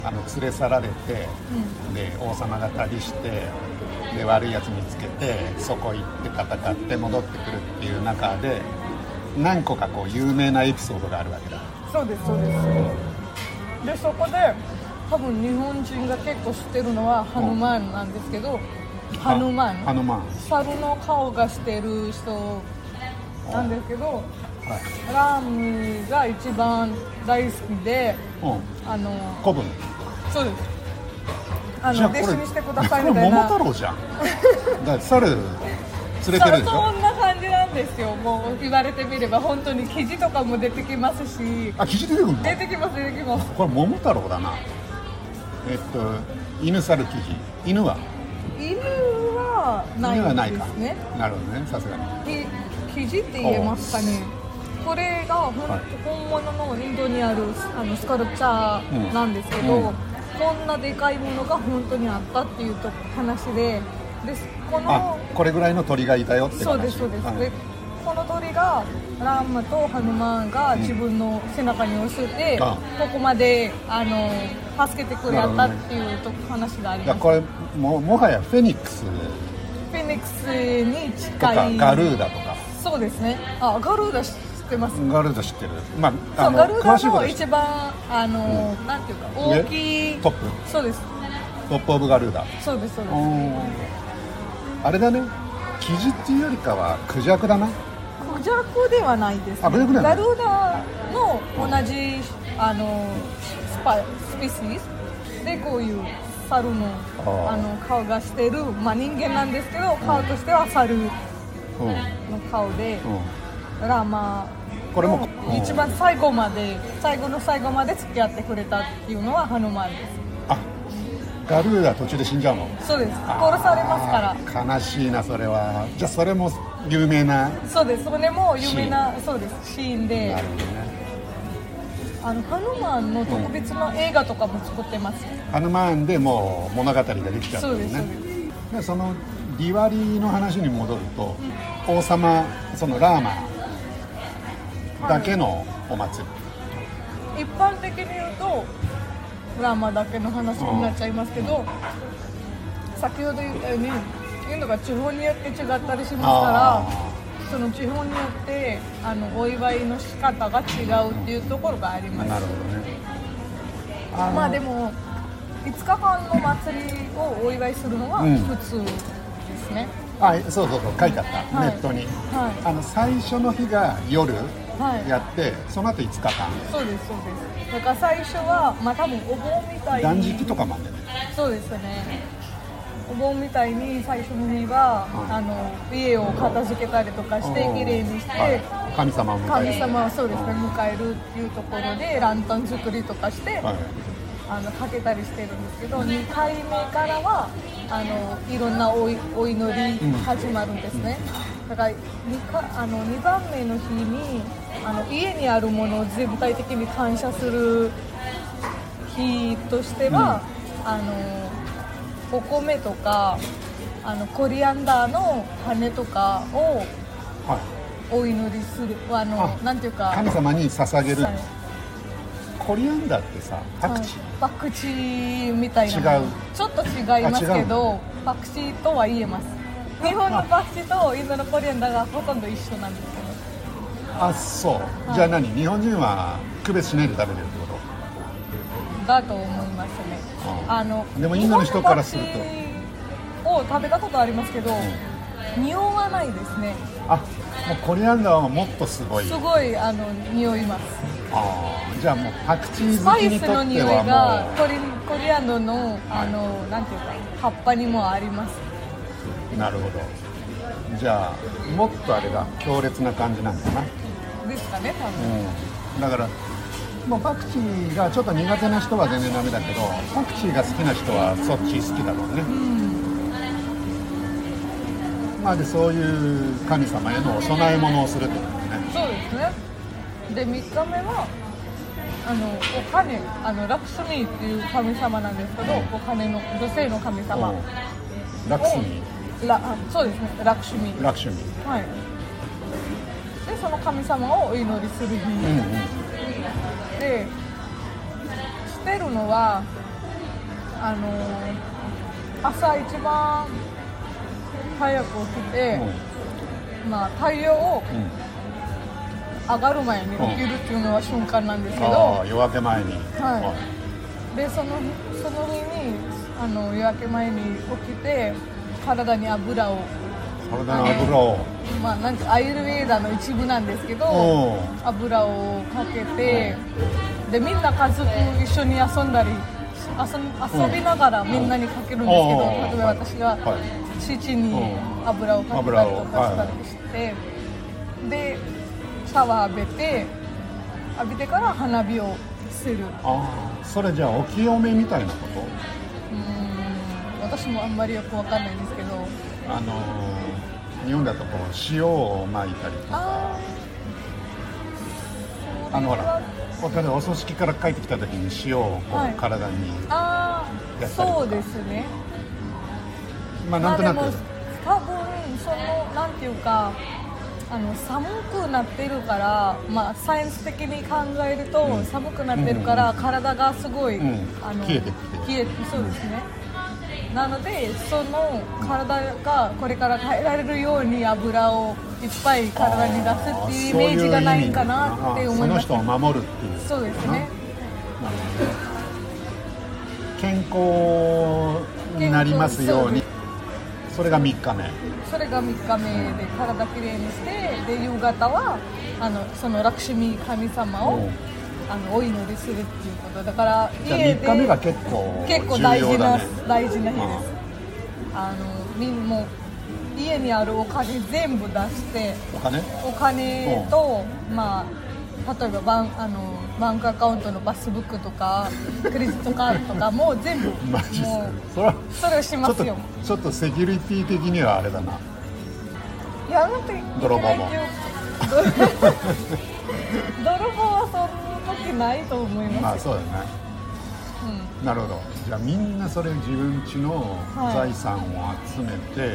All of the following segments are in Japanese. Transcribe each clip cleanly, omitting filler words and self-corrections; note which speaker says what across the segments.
Speaker 1: 連れ去られて、で王様が旅してで悪いやつ見つけてそこ行って戦って戻ってくるっていう中で何個かこう有名なエピソードがあるわけだ。
Speaker 2: そうですそうです。でそこで多分日本人が結構知ってるのはハヌマーンなんですけど、ハヌマーン猿の顔がしてる人なんですけど、ラームが一番大好きで、
Speaker 1: 古文。
Speaker 2: そうです。弟子にしてくださいみたいな。
Speaker 1: 桃太郎じゃん。だって猿連れてるでしょ。
Speaker 2: そんな感じなんですよ。もう言われてみれば本当に生地とかも出てきますし。
Speaker 1: あ、生地出てくるの？
Speaker 2: 出てきます出てきます。
Speaker 1: これ桃太郎だな。犬猿生地。犬はないですね。なるほどね、さすがに。
Speaker 2: 生地って言えますかね。これが本物のインドにあるスカルプチャーなんですけど、こんなでかいものが本当にあったっていう話で、
Speaker 1: これぐらいの鳥がいたよって話。
Speaker 2: そうですそうです。でこの鳥がラーマとハヌマーンが自分の背中に乗せて、ここまで助けてくれたっていう話があります。
Speaker 1: これもはやフェニックス
Speaker 2: に近い。
Speaker 1: ガルーダとか。
Speaker 2: そうですね。ガルーダ知ってます。
Speaker 1: ガルーダ知ってる。
Speaker 2: ガルーダの一番なんていうか大きい
Speaker 1: トップ。
Speaker 2: そうです。
Speaker 1: トップオブガルーダ。
Speaker 2: そうですそうです。
Speaker 1: あれだね。キジっていうよりかはクジャクだな。
Speaker 2: クジャクではないですね。ガルーダの同じスピシーズでこういう猿の顔がしてる、人間なんですけど、顔としては猿の顔で、ラーマ
Speaker 1: これも
Speaker 2: 一番最後の最後まで付き合ってくれたっていうのはハヌマーンです。
Speaker 1: ガルーダ途中で死んじゃうの？そうです。
Speaker 2: 殺されます
Speaker 1: から。悲しいなそれは。じゃあそれも有名な。
Speaker 2: そうです。それも有名なそうですシーンで。
Speaker 1: なるほどね。
Speaker 2: ハヌマーンの特別な映画とかも作ってます。
Speaker 1: ハヌマーンでもう物語ができちゃったのね。そうですでそのディワリの話に戻ると、王様そのラーマだけのお祭
Speaker 2: り、一般的に言うとラーマだけの話になっちゃいますけど、先ほど言ったようにインドが地方によって違ったりしますから、その地方によってお祝いの仕方が違うっていうところがあります。
Speaker 1: なるほどね。
Speaker 2: でも5日間の祭りをお祝いするのは普通ですね。
Speaker 1: そう書いてあった、ネットに、最初の日が夜やって、その後5日間。そうですそうです。だから最初は多分お盆みたいに断食とかもあるんだよね。そうです
Speaker 2: ね。お盆みたいに最初の日は、家を片付けたりとかしてきれいにして、
Speaker 1: 神様を
Speaker 2: そうですね、迎えるっていうところでランタン作りとかして、かけたりしてるんですけど、2回目からはいろんなお祈り始まるんですね。だから2番目の日に家にあるものを全体的に感謝する日としては、お米とかコリアンダーの羽とかをお祈りする、なんていうか
Speaker 1: 神様に捧げる。コリアンダーってさ、パクチ
Speaker 2: ーみたいな。違う。ちょっと違いますけど、パクチーとは言えます。日本のパクチーとインドのコリアンダーがほとんど一緒なんですけど。
Speaker 1: そう。じゃあ日本人は区別しないで食べてるってこと？
Speaker 2: だと思いますね。
Speaker 1: でもインドの人からすると
Speaker 2: を食べたことありますけど、匂わないですね。
Speaker 1: もうコリアンダーはもっとすごい
Speaker 2: 匂います。
Speaker 1: じゃあもうパクチー好きにとってはもう
Speaker 2: スパイスの匂いがコリアンダーのなんていうか葉っぱにもあります。
Speaker 1: なるほど。じゃあもっとあれが強烈な感じなんだな。
Speaker 2: ですかね、多分。
Speaker 1: だからもうパクチーがちょっと苦手な人は全然ダメだけど、パクチーが好きな人はそっち好きだろうね。でそういう神様へのお供え物をするってことね。
Speaker 2: そうですね。で3日目はお金ラクスミーっていう神様なんですけど、お金の女性の神様。
Speaker 1: ラクスミー。
Speaker 2: そうですね。ラクシュミー。はい。でその神様をお祈りする日。でしてるのは朝一番早く起きて、太陽を上がる前に起きるっていうのは瞬間なんですけど、
Speaker 1: 夜明け前に、
Speaker 2: でその日に夜明け前に起きて体に油をなんかアイルベーダの一部なんですけど油をかけて、でみんな家族一緒に遊んだり遊びながらみんなにかけるんですけど、例えば私が父に油をかけたりとかしたりして、でシャワー浴びてから花火をする。
Speaker 1: それじゃあお清めみたいなこと？
Speaker 2: 私もあんまりよく分かんないんですけど、
Speaker 1: 日本だとこう塩をまいたりとか、ほらお葬式から帰ってきた時に塩をこう体にやったりとか。
Speaker 2: そうですね。
Speaker 1: なんとなく
Speaker 2: 多分なんていうか寒くなってるから、サイエンス的に考えると、寒くなってるから体がすごい、
Speaker 1: 冷えてきて、
Speaker 2: そうですね。なのでその体がこれから耐えられるように油をいっぱい体に出すっていうイメージがないんかなって思います。
Speaker 1: その人を守るっていう。
Speaker 2: そうですね。
Speaker 1: 健康になりますように。それが3日目。それが3日目
Speaker 2: で体きれいにして、で夕方はそのラクシミ神様をお祈りするっていうことだから、
Speaker 1: 家で3日目が結構大事な日
Speaker 2: です。もう家にあるお金全部出して、お金と例えばバンクアカウントのパスブックとかクレジットカードとかもう全部
Speaker 1: マジ
Speaker 2: もうそれをしますよ。
Speaker 1: ちょっとセキュリティ的にはあれだな。
Speaker 2: やらなきゃいけない。泥棒はそんな時ないと思います。
Speaker 1: そうだね。なるほど。じゃあみんなそれ自分家の財産を集めて、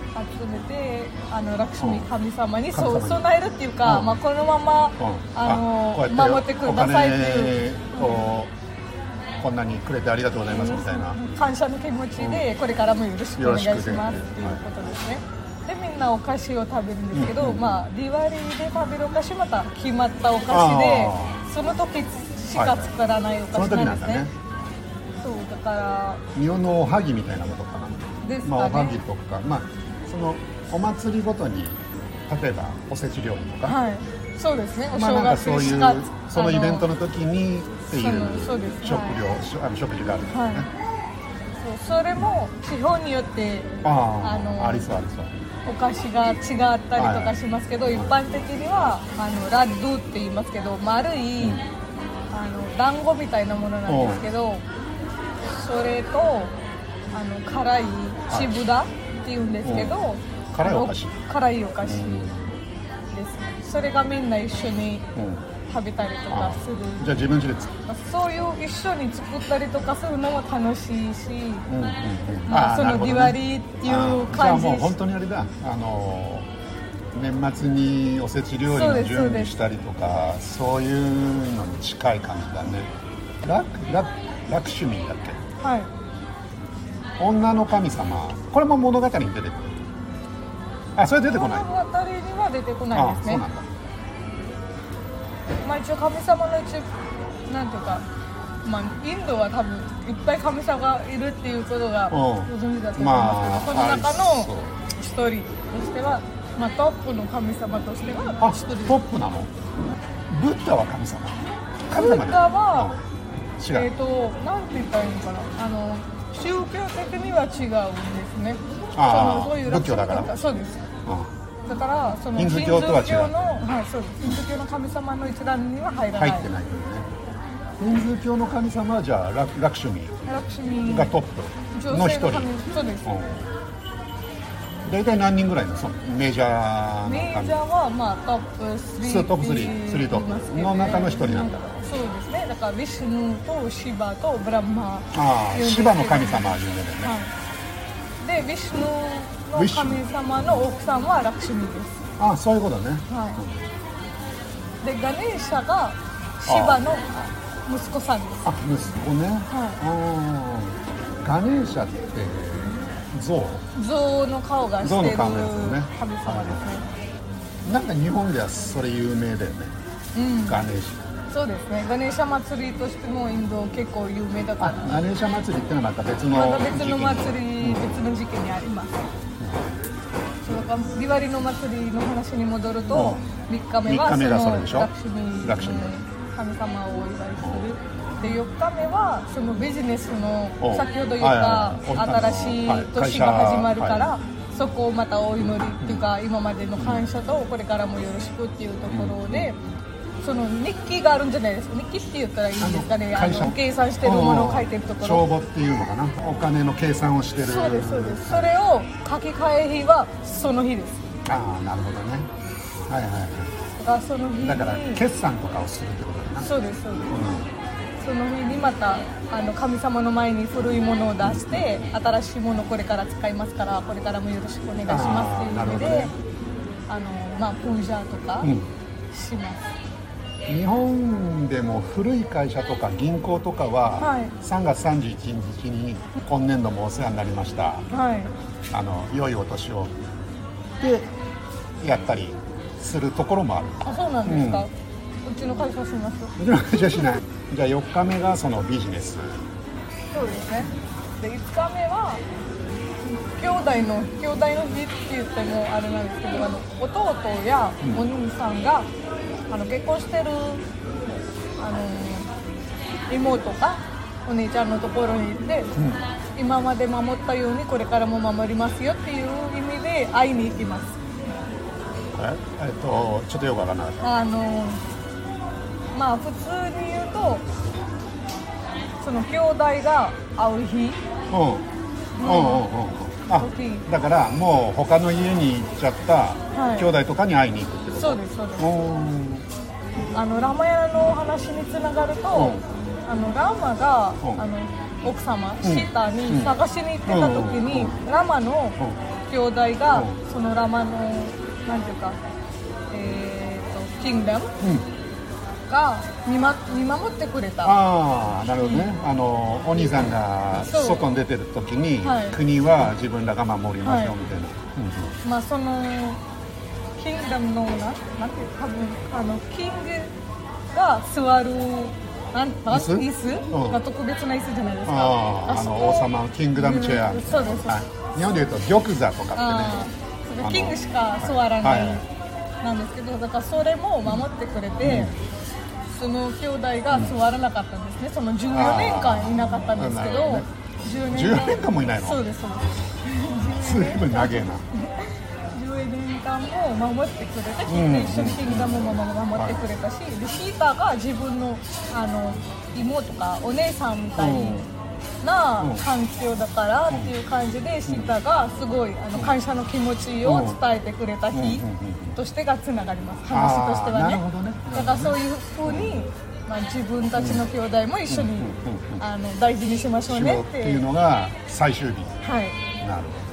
Speaker 1: ラクシミ神様に備えるっていうか、このまま守ってくださいっていう、こんなにくれてありがとうございますみたいな
Speaker 2: 感謝の気持ちでこれからもよろしくお願いしますっていうことですね。でみんなお菓子を食べるんですけど、ディワリーで食べるお菓子また決まったお菓子で、その時しか作らないお菓子なんですね。だから
Speaker 1: 日本のおはぎみたいなことかな。
Speaker 2: ですかね。
Speaker 1: おはぎとか、そのお祭りごとに例えばおせち料理とか、
Speaker 2: そうですね。お正月
Speaker 1: そういうそのイベントの時にっていう食事があるんですね。
Speaker 2: それも地方によって
Speaker 1: ありそう
Speaker 2: お菓子が違ったりとかしますけど、一般的にはラッドゥって言いますけど、丸い団子みたいなものなんですけど、それと辛いチブダっていうんですけど、
Speaker 1: 辛いお菓子です。
Speaker 2: それがみんな一緒に食べたりとかする。
Speaker 1: じゃあ自分家で
Speaker 2: そういう一緒に作ったりとかするのも楽しいし、そのディワリーっていう感じ。
Speaker 1: じゃあもう本当にあれだ。年末におせち料理の準備したりとか、そういうのに近い感じだね。ラクシュミーだっけ？女の神様。これも物語に出てくる。それ出てこない。
Speaker 2: 物語には出てこないですね。
Speaker 1: そうなんだ。
Speaker 2: 一応神様のなんていうか、インドは多分いっぱい神様がいるっていうことがご存知だと思いますけど、この中の一人としては、トップの神様としては
Speaker 1: トップなの？ブッダは神様？
Speaker 2: ブッダは
Speaker 1: 違う。
Speaker 2: なんて言ったらいいのかな、宗教的には違うんですね。そういう
Speaker 1: 仏教だから。
Speaker 2: そうです。だからその
Speaker 1: ヒンズー教とは違う。
Speaker 2: そうです。ヒンズー教の神様の一覧には入らない。
Speaker 1: 入ってないよね。ヒンズー教の神様はじゃあラクシュミーがトップの一人。
Speaker 2: そうです。
Speaker 1: 大体何人ぐらいのメジャー
Speaker 2: はトップ3
Speaker 1: トップ3トップの中の一人なんだ。
Speaker 2: そうですね。だからヴィシュヌとシバとブランマ。
Speaker 1: シバの神様は有名だよね。
Speaker 2: でヴィシュヌの神様の奥さんはラクシュミです。
Speaker 1: そういうことね。
Speaker 2: でガネーシャがシバの息子さんです。
Speaker 1: あ、息子ね。はい。ガネーシャって
Speaker 2: 象の顔がしてる神様ですね。
Speaker 1: なんか日本ではそれ有名だよね。ガネーシャ。
Speaker 2: そうですね。ガネーシャ祭りとしてもインド結構有名だから。
Speaker 1: ガネーシャ祭りってのはまた別の
Speaker 2: 祭り、別の時期にあります。ディワリの祭りの話に戻ると、3日目はそのラクシミ神様をお祝いする。で4日目はそのビジネスの先ほど言った新しい年が始まるから、そこをまたお祈りっていうか、今までの感謝とこれからもよろしくっていうところで、その日記があるんじゃないですか。日記って言ったらいいんですかね。計算してるものを書いてるところ、
Speaker 1: 帳簿っていうのかな、お金の計算をしてる。
Speaker 2: そうです。それを書き換え日はその日です。
Speaker 1: ああ、なるほどね。はいはいはい。
Speaker 2: だからその日に、
Speaker 1: だから決算とかをするってことだな。
Speaker 2: そうです。その日にまた神様の前に古いものを出して、新しいものをこれから使いますから、これからもよろしくお願いしますっていう意味で、プージャーとかします。
Speaker 1: 日本でも古い会社とか銀行とかは、3月31日に今年度もお世話になりました、良いお年をでやったりするところもある。
Speaker 2: あ、そうなんですか。うちの会社します。
Speaker 1: うちの会社しない。じゃあ4日目がそのビジネス。
Speaker 2: そうですね。で5日目は兄弟の日って言ってもあれなんですけど、弟やお兄さんが結婚してる妹かお姉ちゃんのところに行って、今まで守ったようにこれからも守りますよっていう意味で会いに行きます。
Speaker 1: ちょっとよくわからなかった。
Speaker 2: 普通に言うと、その兄弟が会う日、
Speaker 1: だからもう他の家に行っちゃった兄弟とかに会いに行くってこと。
Speaker 2: そうです。ラマヤの話につながると、ラマが奥様シータに探しに行ってた時に、ラマの兄弟がそのラマのなんていうか、キングダムが見守ってくれた。
Speaker 1: ああ、なるほどね。お兄さんが外に出てる時に、国は自分らが守りますよみたいな。
Speaker 2: そのキングダムのなんていう多分キングが座る椅子が特別な椅子じゃないですか。
Speaker 1: 王様のキングダムチェア。
Speaker 2: そうです。
Speaker 1: 日本で言うと玉座とかってね。
Speaker 2: キングしか座らないなんですけど、だからそれも守ってくれて、その兄弟が座らなかったんですね。その14年間いなかったんですけど、
Speaker 1: 14年間もいないの。
Speaker 2: そうです。
Speaker 1: 随分長えな。
Speaker 2: 10年間も守ってくれて、一緒にキングダムも守ってくれたし、でシータが自分の妹かお姉さんみたいな環境だからっていう感じで、シータがすごい感謝の気持ちを伝えてくれた日としてがつながります。話としてはね。だからそういう風に、自分たちの兄弟も一緒に大事にしましょうねっていう
Speaker 1: のが最終日。
Speaker 2: はい。
Speaker 1: なるほど。